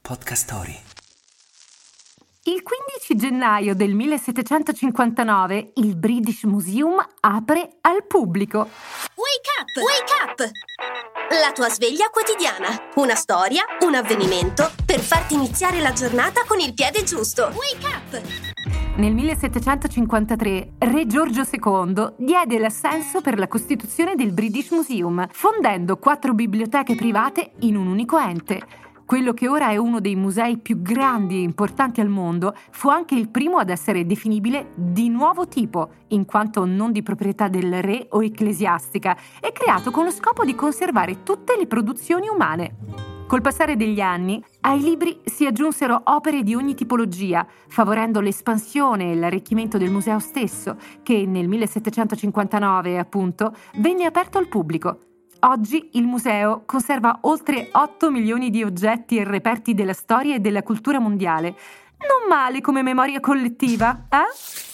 Podcast Story. Il 15 gennaio del 1759 il British Museum apre al pubblico. Wake up! Wake up! La tua sveglia quotidiana. Una storia, un avvenimento per farti iniziare la giornata con il piede giusto. Wake up! Nel 1753 Re Giorgio II diede l'assenso per la costituzione del British Museum, fondendo 4 biblioteche private in un unico ente. Quello che ora è uno dei musei più grandi e importanti al mondo fu anche il primo ad essere definibile di nuovo tipo, in quanto non di proprietà del re o ecclesiastica, e creato con lo scopo di conservare tutte le produzioni umane. Col passare degli anni, ai libri si aggiunsero opere di ogni tipologia, favorendo l'espansione e l'arricchimento del museo stesso, che nel 1759, appunto, venne aperto al pubblico. Oggi il museo conserva oltre 8 milioni di oggetti e reperti della storia e della cultura mondiale. Non male come memoria collettiva, eh?